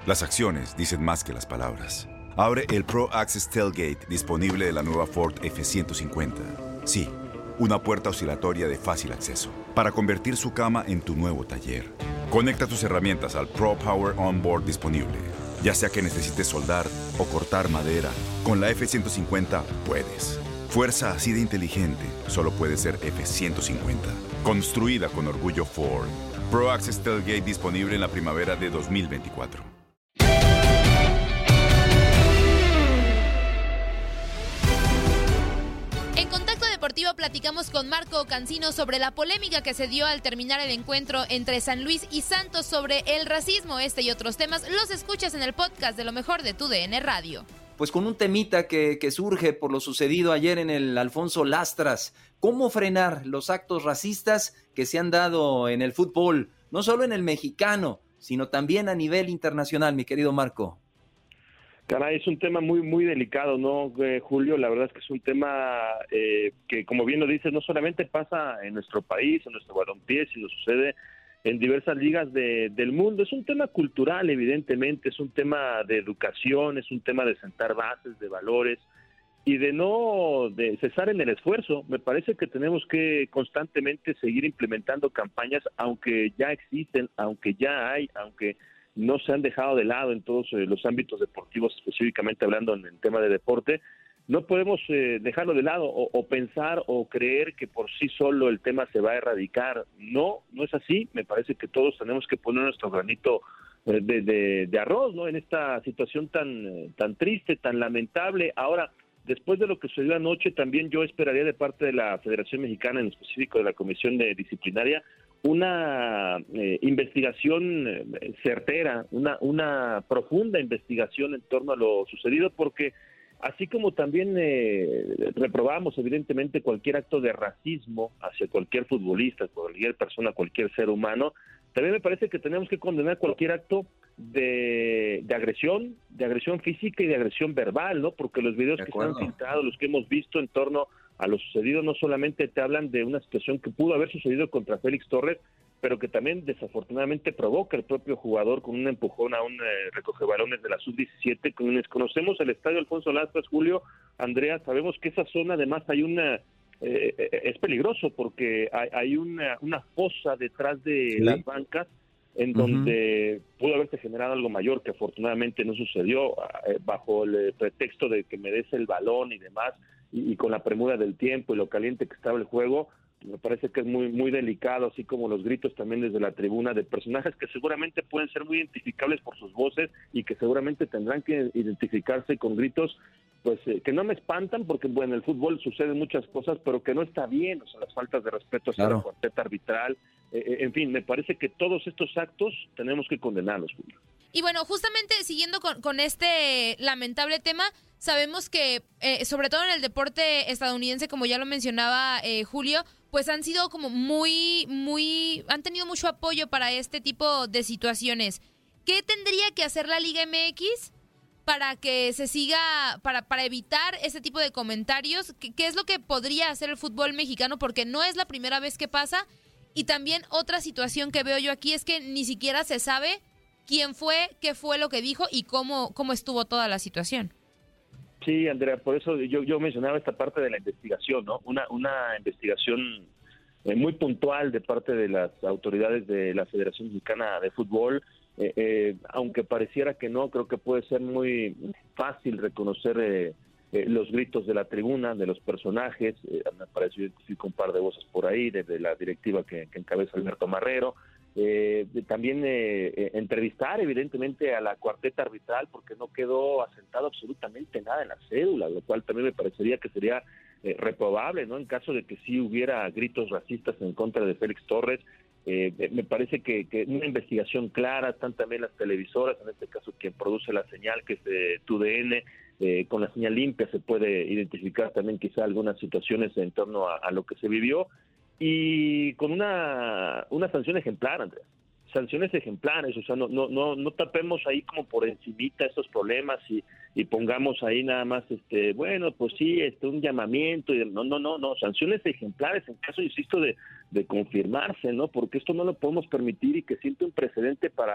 Las acciones dicen más que las palabras. Abre el Pro Access Tailgate disponible de la nueva Ford F-150. Sí, una puerta oscilatoria de fácil acceso para convertir su cama en tu nuevo taller. Conecta tus herramientas al Pro Power Onboard disponible. Ya sea que necesites soldar o cortar madera, con la F-150 puedes. Fuerza así de inteligente solo puede ser F-150. Construida con orgullo Ford. Pro Access Tailgate disponible en la primavera de 2024. En Contacto Deportivo platicamos con Marco Cancino sobre la polémica que se dio al terminar el encuentro entre San Luis y Santos sobre el racismo. Este y otros temas los escuchas en el podcast de Lo Mejor de tu DN Radio. Pues con un temita que surge por lo sucedido ayer en el Alfonso Lastras. ¿Cómo frenar los actos racistas que se han dado en el fútbol? No solo en el mexicano, sino también a nivel internacional, mi querido Marco. Caray, es un tema muy, muy delicado, ¿no, Julio? La verdad es que es un tema que, como bien lo dices, no solamente pasa en nuestro país, en nuestro balompié, sino sucede en diversas ligas del mundo. Es un tema cultural, evidentemente, es un tema de educación, es un tema de sentar bases, de valores y de cesar en el esfuerzo. Me parece que tenemos que constantemente seguir implementando campañas, aunque ya existen, aunque ya hay, aunque no se han dejado de lado en todos los ámbitos deportivos, específicamente hablando en el tema de deporte. No podemos dejarlo de lado o pensar o creer que por sí solo el tema se va a erradicar. No es así. Me parece que todos tenemos que poner nuestro granito de arroz, ¿no? En esta situación tan triste, tan lamentable. Ahora, después de lo que sucedió anoche, también yo esperaría de parte de la Federación Mexicana, en específico de la Comisión Disciplinaria, una investigación certera, una profunda investigación en torno a lo sucedido, porque así como también reprobamos evidentemente cualquier acto de racismo hacia cualquier futbolista, cualquier persona, cualquier ser humano, también me parece que tenemos que condenar cualquier acto de agresión física y de agresión verbal, ¿no? Porque los videos que están filtrados, los que hemos visto en torno a lo sucedido, no solamente te hablan de una situación que pudo haber sucedido contra Félix Torres, pero que también desafortunadamente provoca el propio jugador con un empujón a un recogebalones de la sub-17. Quienes conocemos el estadio Alfonso Lastras, Julio, Andrea, sabemos que esa zona además hay es peligroso porque hay una fosa detrás de las bancas en donde pudo haberse generado algo mayor, que afortunadamente no sucedió, bajo el pretexto de que merece el balón y demás, y con la premura del tiempo y lo caliente que estaba el juego. Me parece que es muy, muy delicado, así como los gritos también desde la tribuna de personajes que seguramente pueden ser muy identificables por sus voces y que seguramente tendrán que identificarse con gritos pues que no me espantan, porque bueno, en el fútbol suceden muchas cosas, pero que no está bien, o sea, las faltas de respeto hacia la cuarteta arbitral, en fin, me parece que todos estos actos tenemos que condenarlos, Julio. Y bueno, justamente siguiendo con este lamentable tema, sabemos que, sobre todo en el deporte estadounidense, como ya lo mencionaba Julio, pues han sido como han tenido mucho apoyo para este tipo de situaciones. ¿Qué tendría que hacer la Liga MX para que se siga, para evitar ese tipo de comentarios? ¿Qué es lo que podría hacer el fútbol mexicano? Porque no es la primera vez que pasa. Y también otra situación que veo yo aquí es que ni siquiera se sabe quién fue, qué fue lo que dijo y cómo estuvo toda la situación. Sí, Andrea, por eso yo mencionaba esta parte de la investigación, ¿no? Una investigación muy puntual de parte de las autoridades de la Federación Mexicana de Fútbol. Aunque pareciera que no, creo que puede ser muy fácil reconocer los gritos de la tribuna, de los personajes. Me parece, yo identifico un par de voces por ahí, desde la directiva que encabeza Alberto Marrero. También entrevistar evidentemente a la cuarteta arbitral, porque no quedó asentado absolutamente nada en la cédula, lo cual también me parecería que sería reprobable, ¿no? En caso de que sí hubiera gritos racistas en contra de Félix Torres. Me parece que una investigación clara, están también las televisoras, en este caso quien produce la señal, que es de TUDN, con la señal limpia se puede identificar también quizá algunas situaciones en torno a lo que se vivió, y con una sanción ejemplar, Andrea. Sanciones ejemplares, o sea, no tapemos ahí como por encimita estos problemas y pongamos ahí nada más, bueno, pues sí, un llamamiento, y no, sanciones ejemplares en caso, insisto, de confirmarse, ¿no? Porque esto no lo podemos permitir y que siente un precedente para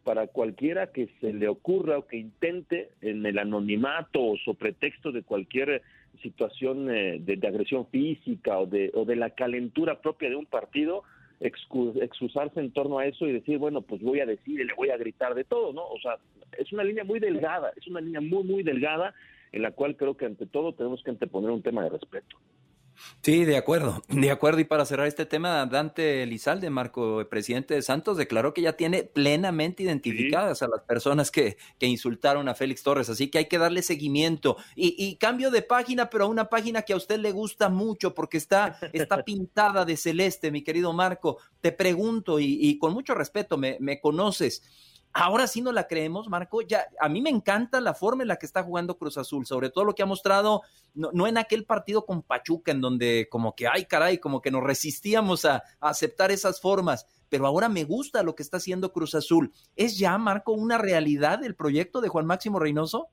para cualquiera que se le ocurra o que intente en el anonimato o sobre pretexto de cualquier situación de agresión física o de la calentura propia de un partido, excusarse en torno a eso y decir, bueno, pues voy a decir y le voy a gritar de todo, ¿no? O sea, es una línea muy delgada, es una línea muy, muy delgada en la cual creo que ante todo tenemos que anteponer un tema de respeto. Sí, de acuerdo. Y para cerrar este tema, Dante Elizalde, Marco, el presidente de Santos, declaró que ya tiene plenamente identificadas a las personas que insultaron a Félix Torres, así que hay que darle seguimiento. Y cambio de página, pero a una página que a usted le gusta mucho, porque está pintada de celeste, mi querido Marco. Te pregunto, y con mucho respeto, me conoces. Ahora sí no la creemos, Marco. Ya, a mí me encanta la forma en la que está jugando Cruz Azul, sobre todo lo que ha mostrado, no en aquel partido con Pachuca, en donde como que, ay caray, como que nos resistíamos a aceptar esas formas, pero ahora me gusta lo que está haciendo Cruz Azul. ¿Es ya, Marco, una realidad el proyecto de Juan Máximo Reynoso?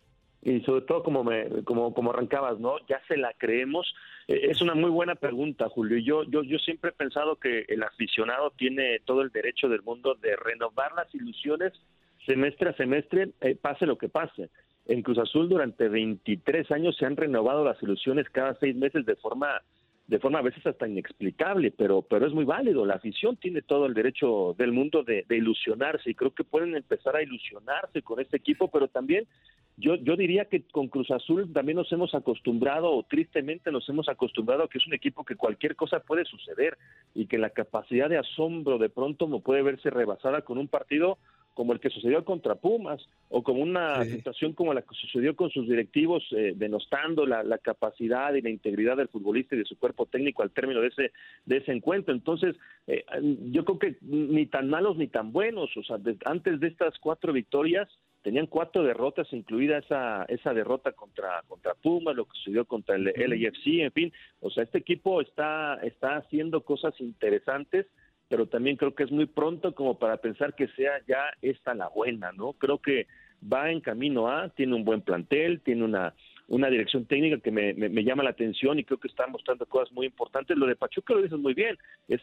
Y sobre todo como arrancabas, ¿no? Ya se la creemos. Es una muy buena pregunta, Julio. Yo siempre he pensado que el aficionado tiene todo el derecho del mundo de renovar las ilusiones semestre a semestre, pase lo que pase. En Cruz Azul durante 23 años se han renovado las ilusiones cada 6 meses de forma a veces hasta inexplicable, pero es muy válido. La afición tiene todo el derecho del mundo de ilusionarse, y creo que pueden empezar a ilusionarse con este equipo, pero también yo diría que con Cruz Azul también nos hemos acostumbrado, o tristemente nos hemos acostumbrado a que es un equipo que cualquier cosa puede suceder, y que la capacidad de asombro de pronto no puede verse rebasada con un partido como el que sucedió contra Pumas, o como una situación como la que sucedió con sus directivos, denostando la capacidad y la integridad del futbolista y de su cuerpo técnico al término de ese encuentro. Entonces, yo creo que ni tan malos ni tan buenos. O sea, antes de estas 4 victorias, tenían 4 derrotas, incluida esa derrota contra Pumas, lo que sucedió contra el LAFC, en fin. O sea, este equipo está haciendo cosas interesantes, pero también creo que es muy pronto como para pensar que sea ya esta la buena, ¿no? Creo que va en camino tiene un buen plantel, tiene una dirección técnica que me llama la atención, y creo que está mostrando cosas muy importantes. Lo de Pachuca lo dices muy bien,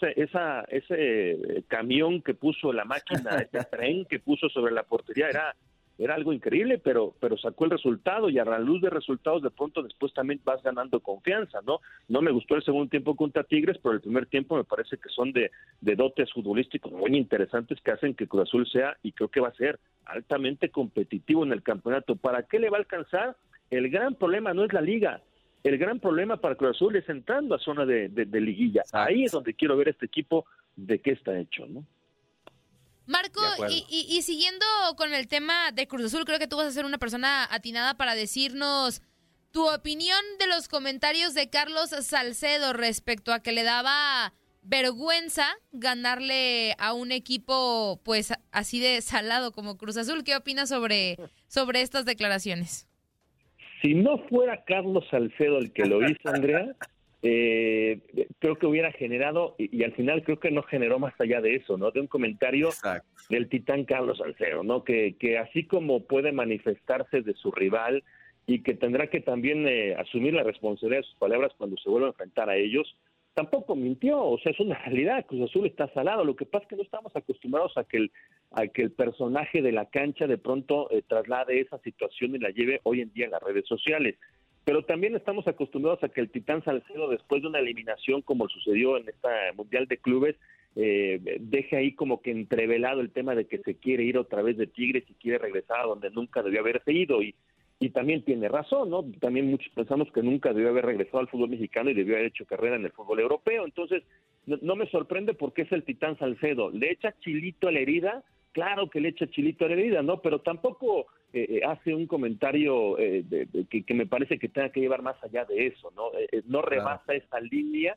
ese camión que puso la máquina, ese tren que puso sobre la portería era algo increíble, pero sacó el resultado, y a la luz de resultados de pronto después también vas ganando confianza, ¿no? No me gustó el segundo tiempo contra Tigres, pero el primer tiempo me parece que son de dotes futbolísticos muy interesantes que hacen que Cruz Azul sea, y creo que va a ser altamente competitivo en el campeonato. ¿Para qué le va a alcanzar? El gran problema no es la liga. El gran problema para Cruz Azul es entrando a zona de liguilla. Exacto. Ahí es donde quiero ver este equipo de qué está hecho, ¿no? Marco, y siguiendo con el tema de Cruz Azul, creo que tú vas a ser una persona atinada para decirnos tu opinión de los comentarios de Carlos Salcedo respecto a que le daba vergüenza ganarle a un equipo pues así de salado como Cruz Azul. ¿Qué opinas sobre estas declaraciones? Si no fuera Carlos Salcedo el que lo hizo, Andrea, creo que hubiera generado, y al final creo que no generó más allá de eso, ¿no? De un comentario del titán Carlos Salcedo, ¿no? Que así como puede manifestarse de su rival, y que tendrá que también asumir la responsabilidad de sus palabras cuando se vuelva a enfrentar a ellos, tampoco mintió. O sea, es una realidad. Cruz Azul está salado. Lo que pasa es que no estamos acostumbrados a que el personaje de la cancha de pronto traslade esa situación y la lleve hoy en día en las redes sociales. Pero también estamos acostumbrados a que el titán Salcedo, después de una eliminación como sucedió en esta Mundial de Clubes, deje ahí como que entrevelado el tema de que se quiere ir otra vez de Tigres y quiere regresar a donde nunca debió haberse ido, y también tiene razón, ¿no? También muchos pensamos que nunca debió haber regresado al fútbol mexicano y debió haber hecho carrera en el fútbol europeo. Entonces, no me sorprende porque es el titán Salcedo. ¿Le echa chilito a la herida? Claro que le echa chilito a la herida, ¿no? Pero tampoco hace un comentario que me parece que tenga que llevar más allá de eso, ¿no? No rebasa esa línea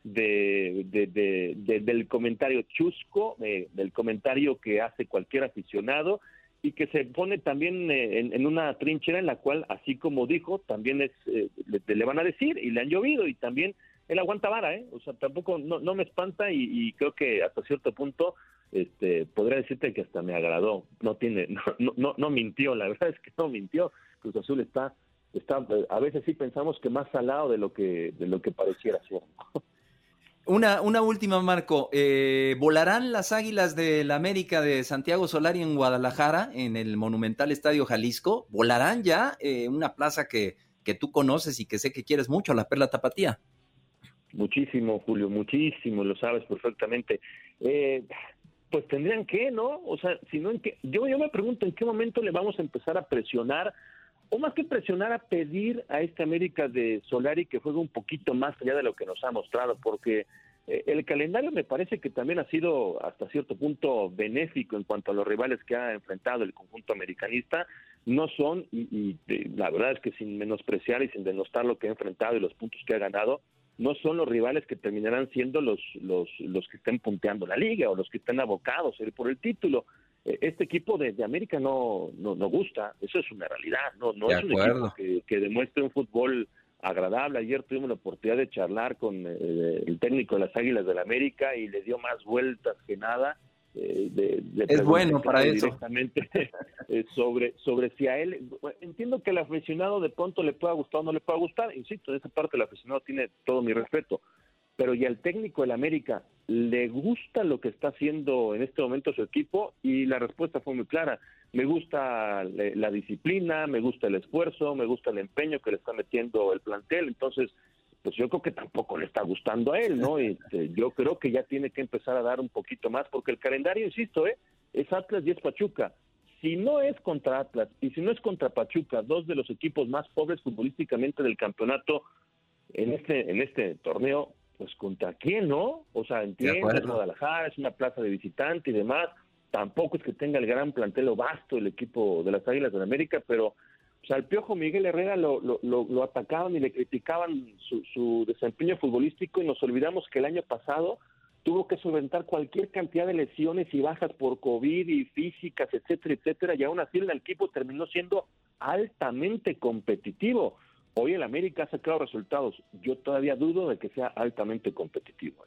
del comentario chusco, del comentario que hace cualquier aficionado, y que se pone también en una trinchera en la cual, así como dijo, también le van a decir, y le han llovido, y también él aguanta vara, o sea, tampoco no me espanta, y creo que hasta cierto punto podría decirte que hasta me agradó. No mintió, la verdad es que no mintió. Cruz Azul está a veces sí pensamos que más salado de lo que pareciera ser. Una última, Marco. ¿Volarán las Águilas del América de Santiago Solari en Guadalajara, en el monumental Estadio Jalisco? ¿Volarán ya? Una plaza que tú conoces y que sé que quieres mucho, la Perla Tapatía. Muchísimo, Julio, muchísimo, lo sabes perfectamente. Pues tendrían que, ¿no? O sea, si no, yo me pregunto en qué momento le vamos a empezar a presionar, o más que presionar, a pedir a este América de Solari que juegue un poquito más allá de lo que nos ha mostrado, porque el calendario me parece que también ha sido hasta cierto punto benéfico en cuanto a los rivales que ha enfrentado el conjunto americanista. No son, y la verdad es que sin menospreciar y sin denostar lo que ha enfrentado y los puntos que ha ganado, no son los rivales que terminarán siendo los que estén punteando la liga o los que estén abocados a ir por el título. Este equipo de América no gusta, eso es una realidad, no es un equipo que demuestre un fútbol agradable. Ayer tuvimos la oportunidad de charlar con el técnico de las Águilas del América y le dio más vueltas que nada. Es bueno para eso. Directamente sobre si a él, entiendo que al aficionado de pronto le pueda gustar o no le pueda gustar, insisto, en esa parte el aficionado tiene todo mi respeto, pero y al técnico del América le gusta lo que está haciendo en este momento su equipo, y la respuesta fue muy clara: me gusta la disciplina, me gusta el esfuerzo, me gusta el empeño que le está metiendo el plantel. Entonces, pues yo creo que tampoco le está gustando a él, ¿no? Yo creo que ya tiene que empezar a dar un poquito más, porque el calendario, insisto, es Atlas y es Pachuca. Si no es contra Atlas y si no es contra Pachuca, dos de los equipos más pobres futbolísticamente del campeonato en este torneo, pues ¿contra quién, no? O sea, entiendo, es Guadalajara, es una plaza de visitante y demás, tampoco es que tenga el gran plantel o vasto el equipo de las Águilas del América, pero o sea, al Piojo Miguel Herrera lo atacaban y le criticaban su desempeño futbolístico, y nos olvidamos que el año pasado tuvo que solventar cualquier cantidad de lesiones y bajas por COVID y físicas, etcétera, etcétera, y aún así el equipo terminó siendo altamente competitivo. Hoy el América ha sacado resultados. Yo todavía dudo de que sea altamente competitivo.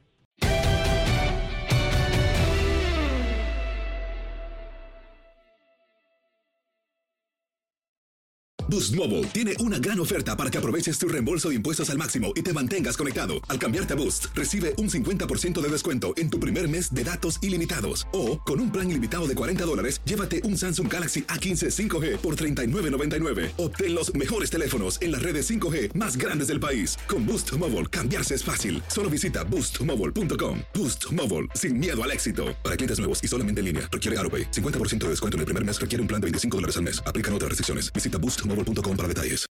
Boost Mobile tiene una gran oferta para que aproveches tu reembolso de impuestos al máximo y te mantengas conectado. Al cambiarte a Boost, recibe un 50% de descuento en tu primer mes de datos ilimitados. O, con un plan ilimitado de $40, llévate un Samsung Galaxy A15 5G por $39.99. Obtén los mejores teléfonos en las redes 5G más grandes del país. Con Boost Mobile, cambiarse es fácil. Solo visita boostmobile.com. Boost Mobile, sin miedo al éxito. Para clientes nuevos y solamente en línea, requiere AutoPay. 50% de descuento en el primer mes requiere un plan de $25 al mes. Aplican otras restricciones. Visita boostmobile.com para detalles.